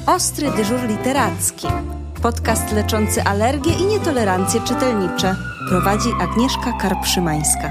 Ostry dyżur literacki. Podcast leczący alergie i nietolerancje czytelnicze. Prowadzi Agnieszka Karp-Szymańska.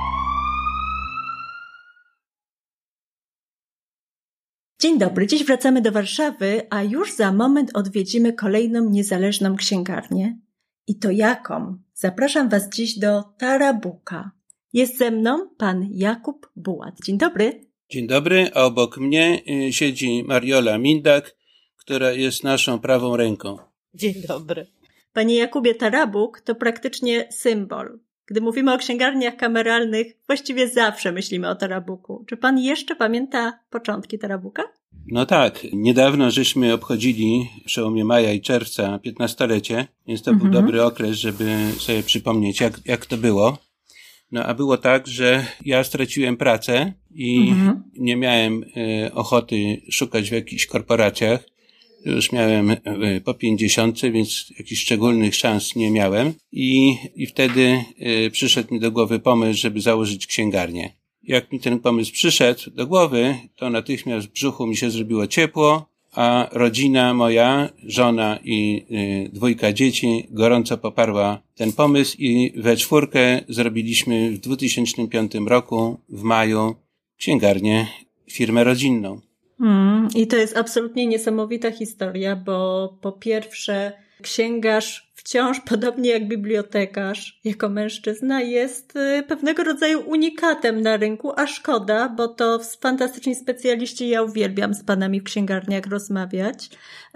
Dzień dobry, dziś wracamy do Warszawy, a już za moment odwiedzimy kolejną niezależną księgarnię. I to jaką? Zapraszam Was dziś do Tarabuka. Jest ze mną pan Jakub Bułat. Dzień dobry. Dzień dobry, a obok mnie siedzi Mariola Mindak, która jest naszą prawą ręką. Dzień dobry. Panie Jakubie, Tarabuk to praktycznie symbol. Gdy mówimy o księgarniach kameralnych, właściwie zawsze myślimy o Tarabuku. Czy pan jeszcze pamięta początki Tarabuka? No tak, niedawno żeśmy obchodzili w przełomie maja i czerwca 15-lecie, więc to był dobry okres, żeby sobie przypomnieć, jak to było. No a było tak, że ja straciłem pracę i nie miałem ochoty szukać w jakichś korporacjach. Już miałem po 50, więc jakichś szczególnych szans nie miałem. I wtedy przyszedł mi do głowy pomysł, żeby założyć księgarnię. Jak mi ten pomysł przyszedł do głowy, to natychmiast w brzuchu mi się zrobiło ciepło, a rodzina moja, żona i 2 dzieci gorąco poparła ten pomysł i we 4 zrobiliśmy w 2005 roku, w maju, księgarnię, firmę rodzinną. I to jest absolutnie niesamowita historia, bo po pierwsze księgarz wciąż, podobnie jak bibliotekarz, jako mężczyzna jest pewnego rodzaju unikatem na rynku, a szkoda, bo to fantastyczni specjaliści, ja uwielbiam z panami w księgarniach rozmawiać.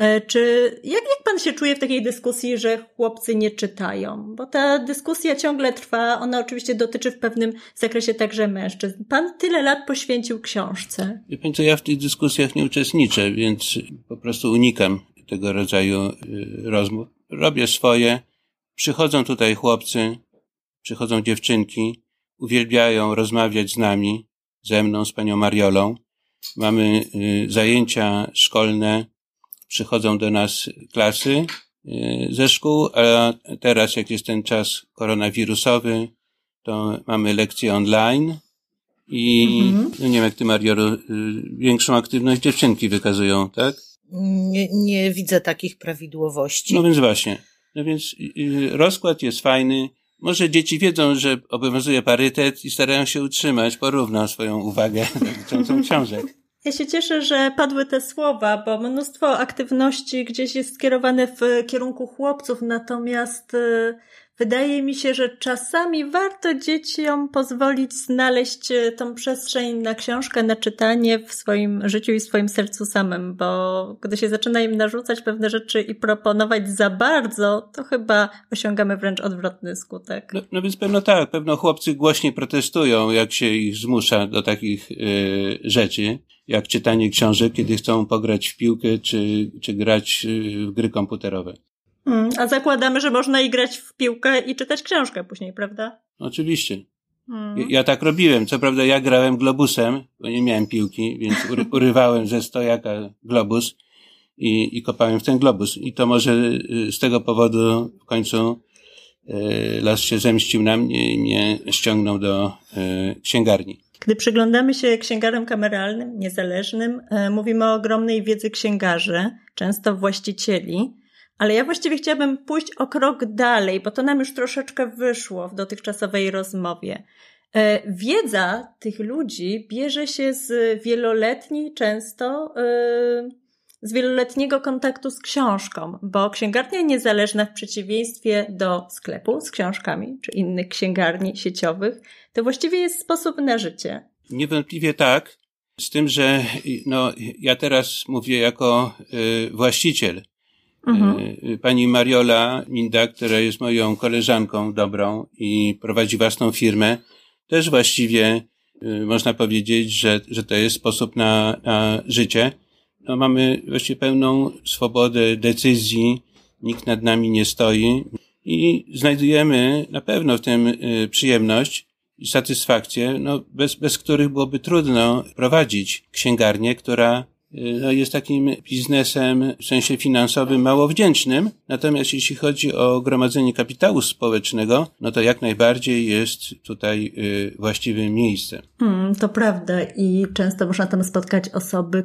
Jak pan się czuje w takiej dyskusji, że chłopcy nie czytają? Bo ta dyskusja ciągle trwa, ona oczywiście dotyczy w pewnym zakresie także mężczyzn. Pan tyle lat poświęcił książce. Wie pan co, ja w tych dyskusjach nie uczestniczę, więc po prostu unikam tego rodzaju rozmów. Robię swoje. Przychodzą tutaj chłopcy, przychodzą dziewczynki, uwielbiają rozmawiać z nami, ze mną, z panią Mariolą. Mamy zajęcia szkolne, przychodzą do nas klasy ze szkół, a teraz jak jest ten czas koronawirusowy, to mamy lekcje online i nie wiem jak ty, Mariolu, większą aktywność dziewczynki wykazują, tak? Nie widzę takich prawidłowości. No więc właśnie. No więc rozkład jest fajny. Może dzieci wiedzą, że obowiązuje parytet i starają się utrzymać porówno swoją uwagę dotyczącą książek. Ja się cieszę, że padły te słowa, bo mnóstwo aktywności gdzieś jest skierowane w kierunku chłopców, natomiast wydaje mi się, że czasami warto dzieciom pozwolić znaleźć tą przestrzeń na książkę, na czytanie w swoim życiu i w swoim sercu samym, bo gdy się zaczyna im narzucać pewne rzeczy i proponować za bardzo, to chyba osiągamy wręcz odwrotny skutek. No więc pewno chłopcy głośniej protestują, jak się ich zmusza do takich rzeczy, jak czytanie książek, kiedy chcą pograć w piłkę czy grać w gry komputerowe. A zakładamy, że można i grać w piłkę i czytać książkę później, prawda? Oczywiście. Ja tak robiłem. Co prawda ja grałem globusem, bo nie miałem piłki, więc urywałem ze stojaka globus i kopałem w ten globus. I to może z tego powodu w końcu los się zemścił na mnie i mnie ściągnął do księgarni. Gdy przyglądamy się księgarzom kameralnym, niezależnym, mówimy o ogromnej wiedzy księgarzy, często właścicieli, ale ja właściwie chciałabym pójść o krok dalej, bo to nam już troszeczkę wyszło w dotychczasowej rozmowie. Wiedza tych ludzi bierze się z wieloletniego kontaktu z książką, bo księgarnia niezależna w przeciwieństwie do sklepu z książkami czy innych księgarni sieciowych, to właściwie jest sposób na życie. Niewątpliwie tak, z tym, że ja teraz mówię jako właściciel. Pani Mariola Mindak, która jest moją koleżanką dobrą i prowadzi własną firmę, też właściwie można powiedzieć, że to jest sposób na życie. No, mamy właściwie pełną swobodę decyzji, nikt nad nami nie stoi i znajdujemy na pewno w tym przyjemność i satysfakcję, bez których byłoby trudno prowadzić księgarnię, która jest takim biznesem w sensie finansowym mało wdzięcznym. Natomiast jeśli chodzi o gromadzenie kapitału społecznego, no to jak najbardziej jest tutaj właściwym miejscem. To prawda i często można tam spotkać osoby,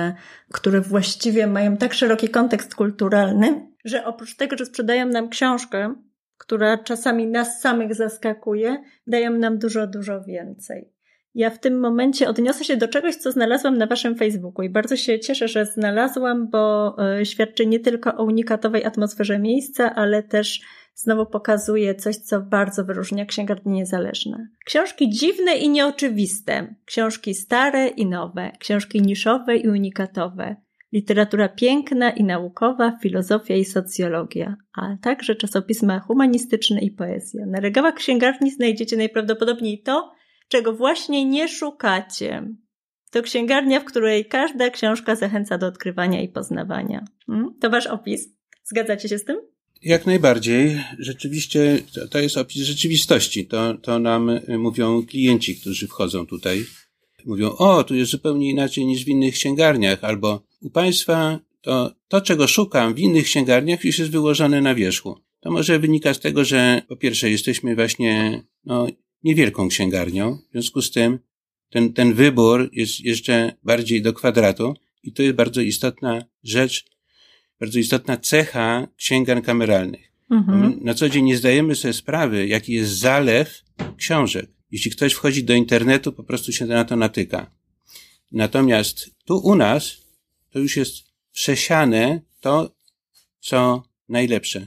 które właściwie mają tak szeroki kontekst kulturalny, że oprócz tego, że sprzedają nam książkę, która czasami nas samych zaskakuje, dają nam dużo, dużo więcej. Ja w tym momencie odniosę się do czegoś, co znalazłam na waszym Facebooku i bardzo się cieszę, że znalazłam, bo świadczy nie tylko o unikatowej atmosferze miejsca, ale też znowu pokazuje coś, co bardzo wyróżnia księgarnie niezależne. Książki dziwne i nieoczywiste, książki stare i nowe, książki niszowe i unikatowe, literatura piękna i naukowa, filozofia i socjologia, a także czasopisma humanistyczne i poezja. Na regałach księgarni znajdziecie najprawdopodobniej to, czego właśnie nie szukacie. To księgarnia, w której każda książka zachęca do odkrywania i poznawania. To wasz opis? Zgadzacie się z tym? Jak najbardziej. Rzeczywiście to jest opis rzeczywistości. To nam mówią klienci, którzy wchodzą tutaj. Mówią, tu jest zupełnie inaczej niż w innych księgarniach, albo u państwa to czego szukam w innych księgarniach już jest wyłożone na wierzchu. To może wynika z tego, że po pierwsze jesteśmy właśnie, niewielką księgarnią, w związku z tym ten wybór jest jeszcze bardziej do kwadratu i to jest bardzo istotna rzecz, bardzo istotna cecha księgarni kameralnych. Na co dzień nie zdajemy sobie sprawy, jaki jest zalew książek. Jeśli ktoś wchodzi do internetu, po prostu się na to natyka. Natomiast tu u nas to już jest przesiane to, co najlepsze.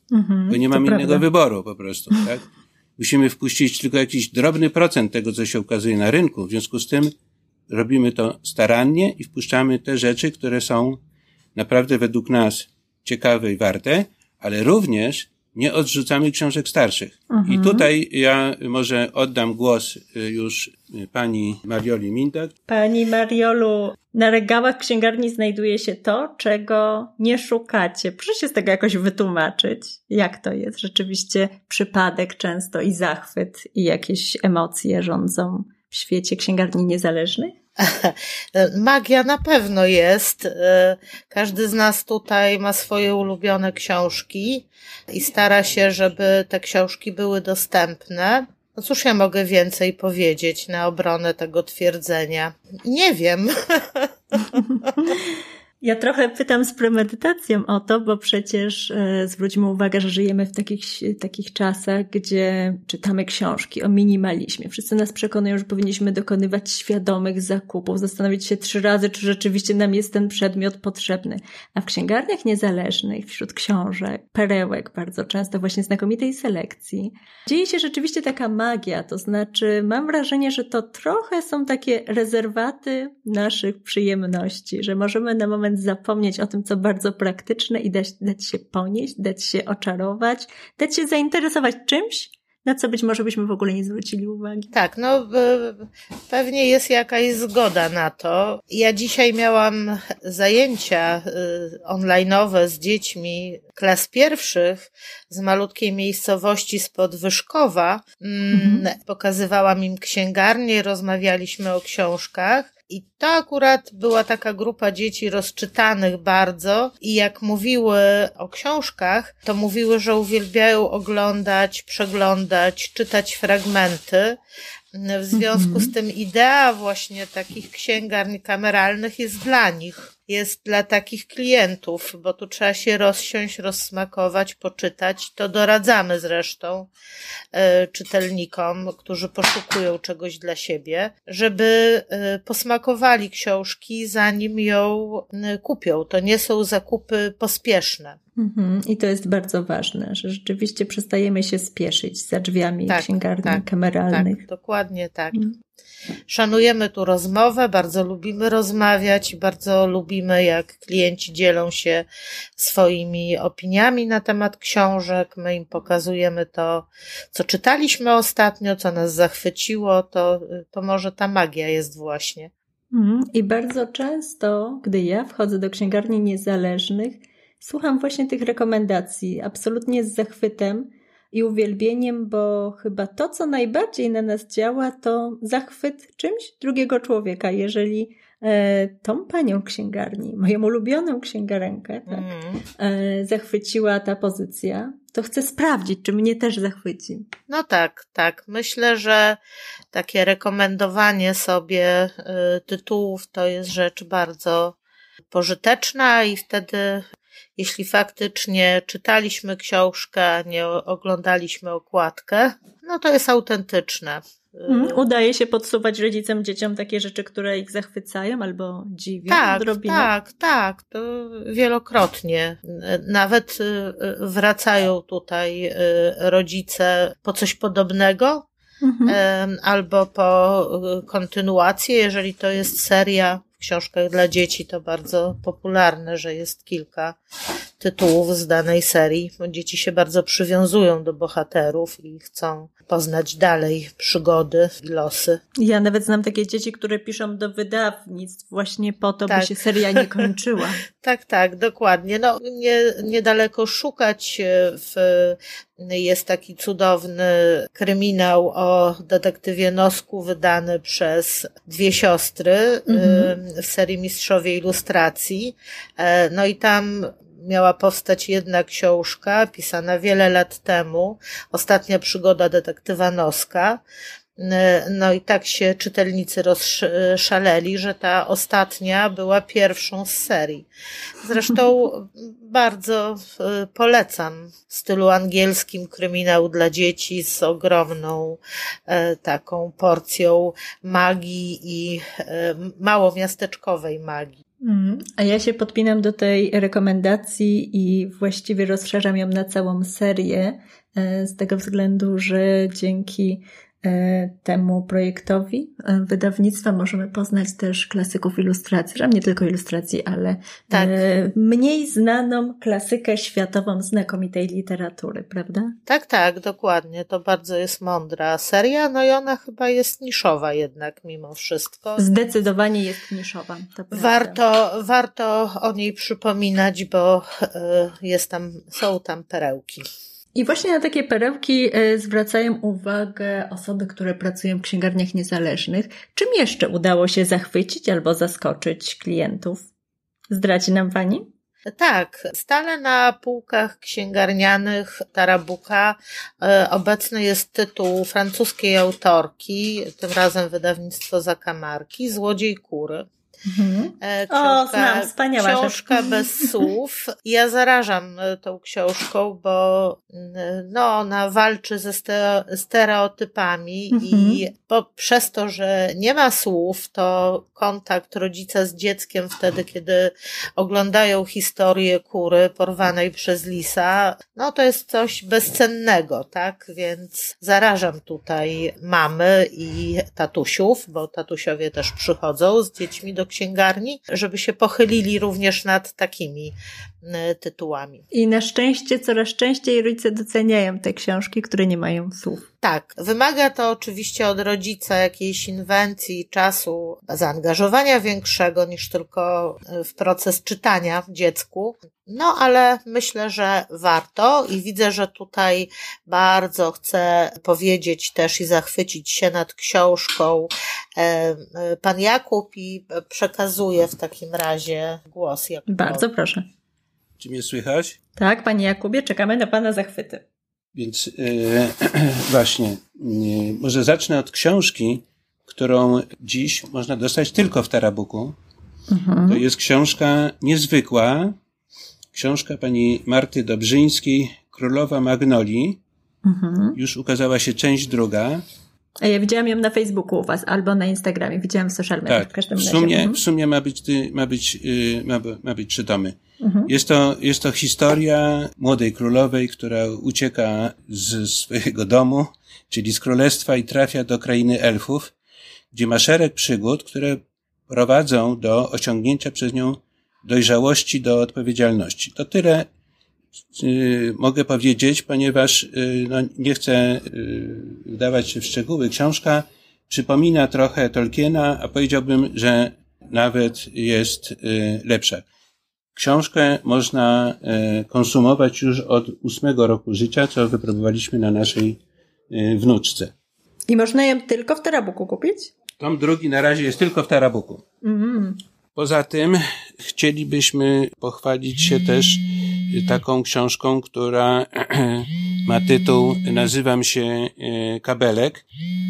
Bo nie mamy innego wyboru po prostu, tak? Musimy wpuścić tylko jakiś drobny procent tego, co się ukazuje na rynku. W związku z tym robimy to starannie i wpuszczamy te rzeczy, które są naprawdę według nas ciekawe i warte, ale również nie odrzucamy książek starszych. I tutaj ja może oddam głos już pani Marioli Mindak. Pani Mariolu, na regałach księgarni znajduje się to, czego nie szukacie. Proszę się z tego jakoś wytłumaczyć. Jak to jest? Rzeczywiście przypadek często i zachwyt i jakieś emocje rządzą w świecie księgarni niezależnych? Magia na pewno jest. Każdy z nas tutaj ma swoje ulubione książki i stara się, żeby te książki były dostępne. No cóż ja mogę więcej powiedzieć na obronę tego twierdzenia? Nie wiem. Ja trochę pytam z premedytacją o to, bo przecież zwróćmy uwagę, że żyjemy w takich czasach, gdzie czytamy książki o minimalizmie. Wszyscy nas przekonują, że powinniśmy dokonywać świadomych zakupów, zastanowić się 3 razy, czy rzeczywiście nam jest ten przedmiot potrzebny. A w księgarniach niezależnych, wśród książek, perełek bardzo często, właśnie znakomitej selekcji, dzieje się rzeczywiście taka magia. To znaczy mam wrażenie, że to trochę są takie rezerwaty naszych przyjemności, że możemy na moment zapomnieć o tym, co bardzo praktyczne i dać się ponieść, dać się oczarować, dać się zainteresować czymś, na co być może byśmy w ogóle nie zwrócili uwagi. Tak, pewnie jest jakaś zgoda na to. Ja dzisiaj miałam zajęcia online'owe z dziećmi klas pierwszych z malutkiej miejscowości spod Wyszkowa. Pokazywałam im księgarnię, rozmawialiśmy o książkach. I to akurat była taka grupa dzieci rozczytanych bardzo i jak mówiły o książkach, to mówiły, że uwielbiają oglądać, przeglądać, czytać fragmenty. W związku z tym idea właśnie takich księgarni kameralnych jest dla nich. Jest dla takich klientów, bo tu trzeba się rozsiąść, rozsmakować, poczytać. To doradzamy zresztą czytelnikom, którzy poszukują czegoś dla siebie, żeby posmakowali książki, zanim ją kupią. To nie są zakupy pospieszne. I to jest bardzo ważne, że rzeczywiście przestajemy się spieszyć za drzwiami księgarni kameralnych. Tak, dokładnie tak. Szanujemy tu rozmowę, bardzo lubimy rozmawiać, bardzo lubimy, jak klienci dzielą się swoimi opiniami na temat książek. My im pokazujemy to, co czytaliśmy ostatnio, co nas zachwyciło, to może ta magia jest właśnie. I bardzo często, gdy ja wchodzę do księgarni niezależnych, słucham właśnie tych rekomendacji, absolutnie z zachwytem i uwielbieniem, bo chyba to, co najbardziej na nas działa, to zachwyt czymś drugiego człowieka. Jeżeli tą panią księgarni, moją ulubioną księgarenkę, tak, zachwyciła ta pozycja, to chcę sprawdzić, czy mnie też zachwyci. No tak. Myślę, że takie rekomendowanie sobie tytułów to jest rzecz bardzo pożyteczna i wtedy, jeśli faktycznie czytaliśmy książkę, a nie oglądaliśmy okładkę, no to jest autentyczne. Udaje się podsuwać rodzicom, dzieciom takie rzeczy, które ich zachwycają albo dziwią odrobinę. Tak, to wielokrotnie. Nawet wracają tutaj rodzice po coś podobnego, albo po kontynuację, jeżeli to jest seria. W książkach dla dzieci to bardzo popularne, że jest kilka tytułów z danej serii, bo dzieci się bardzo przywiązują do bohaterów i chcą poznać dalej przygody i losy. Ja nawet znam takie dzieci, które piszą do wydawnictw właśnie po to, by się seria nie kończyła. Tak, dokładnie. No, niedaleko szukać jest taki cudowny kryminał o detektywie Nosku wydany przez dwie siostry w serii Mistrzowie Ilustracji. No i tam miała powstać jedna książka pisana wiele lat temu, Ostatnia przygoda detektywa Noska. No i tak się czytelnicy rozszaleli, że ta ostatnia była pierwszą z serii. Zresztą bardzo polecam w stylu angielskim kryminał dla dzieci z ogromną taką porcją magii i małomiasteczkowej magii. A ja się podpinam do tej rekomendacji i właściwie rozszerzam ją na całą serię z tego względu, że dzięki temu projektowi wydawnictwa możemy poznać też klasyków ilustracji, że nie tylko ilustracji, ale mniej znaną klasykę światową znakomitej literatury, prawda? Tak, dokładnie. To bardzo jest mądra seria, no i ona chyba jest niszowa jednak mimo wszystko. Zdecydowanie jest niszowa. To prawda. Warto o niej przypominać, bo są tam perełki. I właśnie na takie perełki zwracają uwagę osoby, które pracują w księgarniach niezależnych. Czym jeszcze udało się zachwycić albo zaskoczyć klientów? Zdradzi nam pani? Tak, stale na półkach księgarnianych Tarabuka obecny jest tytuł francuskiej autorki, tym razem wydawnictwo Zakamarki, Złodziej kury. Znam, wspaniała książka bez słów. Ja zarażam tą książką, bo ona walczy ze stereotypami i przez to, że nie ma słów, to kontakt rodzica z dzieckiem wtedy, kiedy oglądają historię kury porwanej przez lisa, to jest coś bezcennego, tak? Więc zarażam tutaj mamy i tatusiów, bo tatusiowie też przychodzą z dziećmi do księgarni, żeby się pochylili również nad takimi tytułami. I na szczęście coraz częściej rodzice doceniają te książki, które nie mają słów. Tak, wymaga to oczywiście od rodzica jakiejś inwencji, czasu, zaangażowania większego niż tylko w proces czytania dziecku. Ale myślę, że warto i widzę, że tutaj bardzo chcę powiedzieć też i zachwycić się nad książką pan Jakub i przekazuję w takim razie głos Jakubowi. Bardzo proszę. Czy mnie słychać? Tak, panie Jakubie, czekamy na pana zachwyty. Więc właśnie, może zacznę od książki, którą dziś można dostać tylko w Tarabuku. To jest książka niezwykła. Książka pani Marty Dobrzyńskiej, Królowa Magnolii. Już ukazała się część druga. A ja widziałam ją na Facebooku u was, albo na Instagramie. Widziałam w social mediach w każdym razie. W sumie ma być 3 tomy. Jest to historia młodej królowej, która ucieka z swojego domu, czyli z królestwa i trafia do krainy elfów, gdzie ma szereg przygód, które prowadzą do osiągnięcia przez nią dojrzałości do odpowiedzialności. To tyle mogę powiedzieć, ponieważ nie chcę wdawać się w szczegóły. Książka przypomina trochę Tolkiena, a powiedziałbym, że nawet jest lepsza. Książkę można konsumować już od 8 roku życia, co wypróbowaliśmy na naszej wnuczce. I można ją tylko w Tarabuku kupić? Tom drugi na razie jest tylko w Tarabuku. Poza tym chcielibyśmy pochwalić się też taką książką, która ma tytuł Nazywam się Kabelek.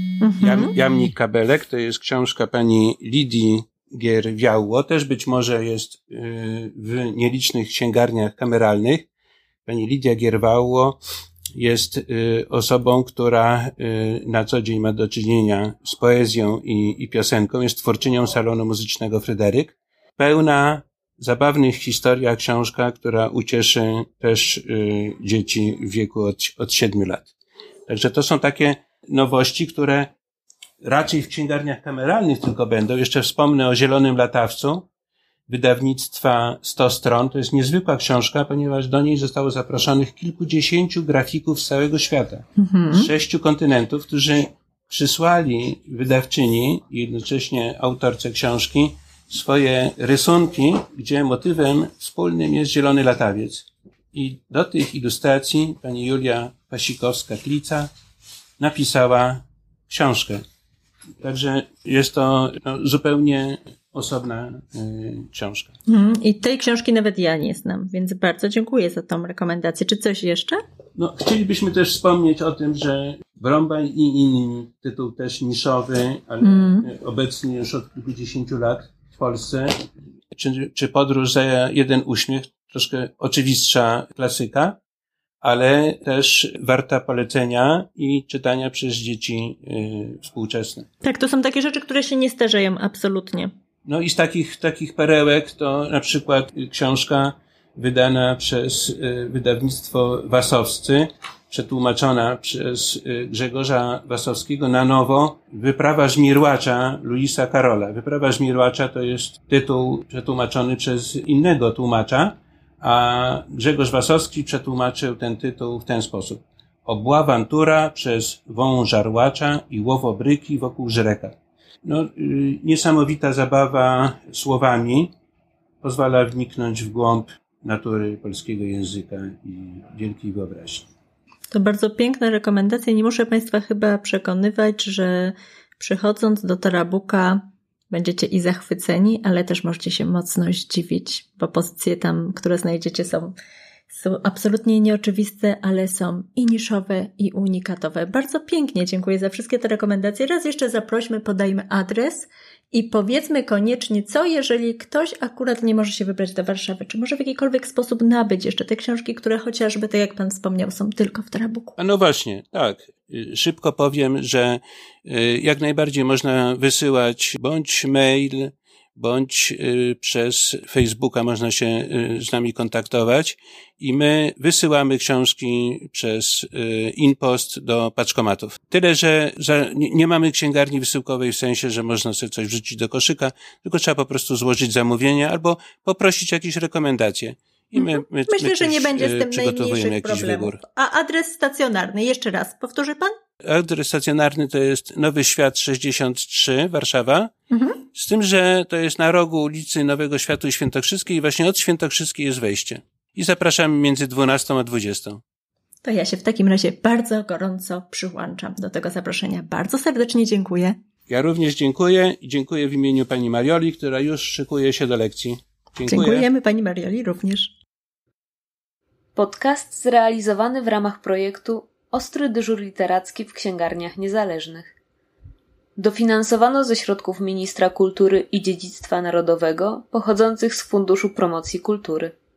Jamnik Kabelek to jest książka pani Lidii Gier-Wiałło. Też być może jest w nielicznych księgarniach kameralnych. Pani Lidia Gier-Wiałło jest osobą, która na co dzień ma do czynienia z poezją i piosenką. Jest twórczynią salonu muzycznego Fryderyk. Pełna zabawnych historii, książka, która ucieszy też dzieci w wieku od 7 lat. Także to są takie nowości, które raczej w księgarniach kameralnych tylko będą. Jeszcze wspomnę o Zielonym Latawcu, wydawnictwa 100 stron. To jest niezwykła książka, ponieważ do niej zostało zaproszonych kilkudziesięciu grafików z całego świata, z 6 kontynentów, którzy przysłali wydawczyni i jednocześnie autorce książki swoje rysunki, gdzie motywem wspólnym jest Zielony Latawiec. I do tych ilustracji pani Julia Pasikowska-Klica napisała książkę. Także jest to zupełnie osobna książka. I tej książki nawet ja nie znam, więc bardzo dziękuję za tą rekomendację. Czy coś jeszcze? Chcielibyśmy też wspomnieć o tym, że Wrąbaj i inni, tytuł też niszowy, ale obecnie już od kilkudziesięciu lat w Polsce, czy Podróż za jeden uśmiech, troszkę oczywistsza klasyka, ale też warta polecenia i czytania przez dzieci współczesne. Tak, to są takie rzeczy, które się nie starzeją absolutnie. I z takich perełek to na przykład książka wydana przez wydawnictwo Wasowscy, przetłumaczona przez Grzegorza Wasowskiego na nowo, Wyprawa Żmirłacza Louisa Carrolla. Wyprawa Żmirłacza to jest tytuł przetłumaczony przez innego tłumacza, a Grzegorz Wasowski przetłumaczył ten tytuł w ten sposób. Obławantura przez wąż żarłacza i łowobryki wokół żreka. Niesamowita zabawa słowami pozwala wniknąć w głąb natury polskiego języka i wielkiej wyobraźni. To bardzo piękne rekomendacje. Nie muszę Państwa chyba przekonywać, że przychodząc do Terabuka będziecie i zachwyceni, ale też możecie się mocno zdziwić, bo pozycje tam, które znajdziecie są absolutnie nieoczywiste, ale są i niszowe, i unikatowe. Bardzo pięknie dziękuję za wszystkie te rekomendacje. Raz jeszcze zaprośmy, podajmy adres i powiedzmy koniecznie, co jeżeli ktoś akurat nie może się wybrać do Warszawy, czy może w jakikolwiek sposób nabyć jeszcze te książki, które chociażby, tak jak Pan wspomniał, są tylko w Terabuku. Właśnie, tak. Szybko powiem, że jak najbardziej można wysyłać bądź mail, bądź przez Facebooka można się z nami kontaktować i my wysyłamy książki przez InPost do paczkomatów. Tyle, że nie mamy księgarni wysyłkowej w sensie, że można sobie coś wrzucić do koszyka, tylko trzeba po prostu złożyć zamówienie albo poprosić jakieś rekomendacje. I Myślę, że nie będzie z tym najmniejszych problemów. Wybór. A adres stacjonarny, jeszcze raz, powtórzy Pan? Adres stacjonarny to jest Nowy Świat 63, Warszawa. Z tym, że to jest na rogu ulicy Nowego Światu i Świętokrzyskiej i właśnie od Świętokrzyskiej jest wejście. I zapraszamy między 12 a 20. To ja się w takim razie bardzo gorąco przyłączam do tego zaproszenia. Bardzo serdecznie dziękuję. Ja również dziękuję i dziękuję w imieniu pani Marioli, która już szykuje się do lekcji. Dziękuję. Dziękujemy pani Marioli również. Podcast zrealizowany w ramach projektu Ostry dyżur literacki w księgarniach niezależnych. Dofinansowano ze środków Ministra Kultury i Dziedzictwa Narodowego pochodzących z Funduszu Promocji Kultury.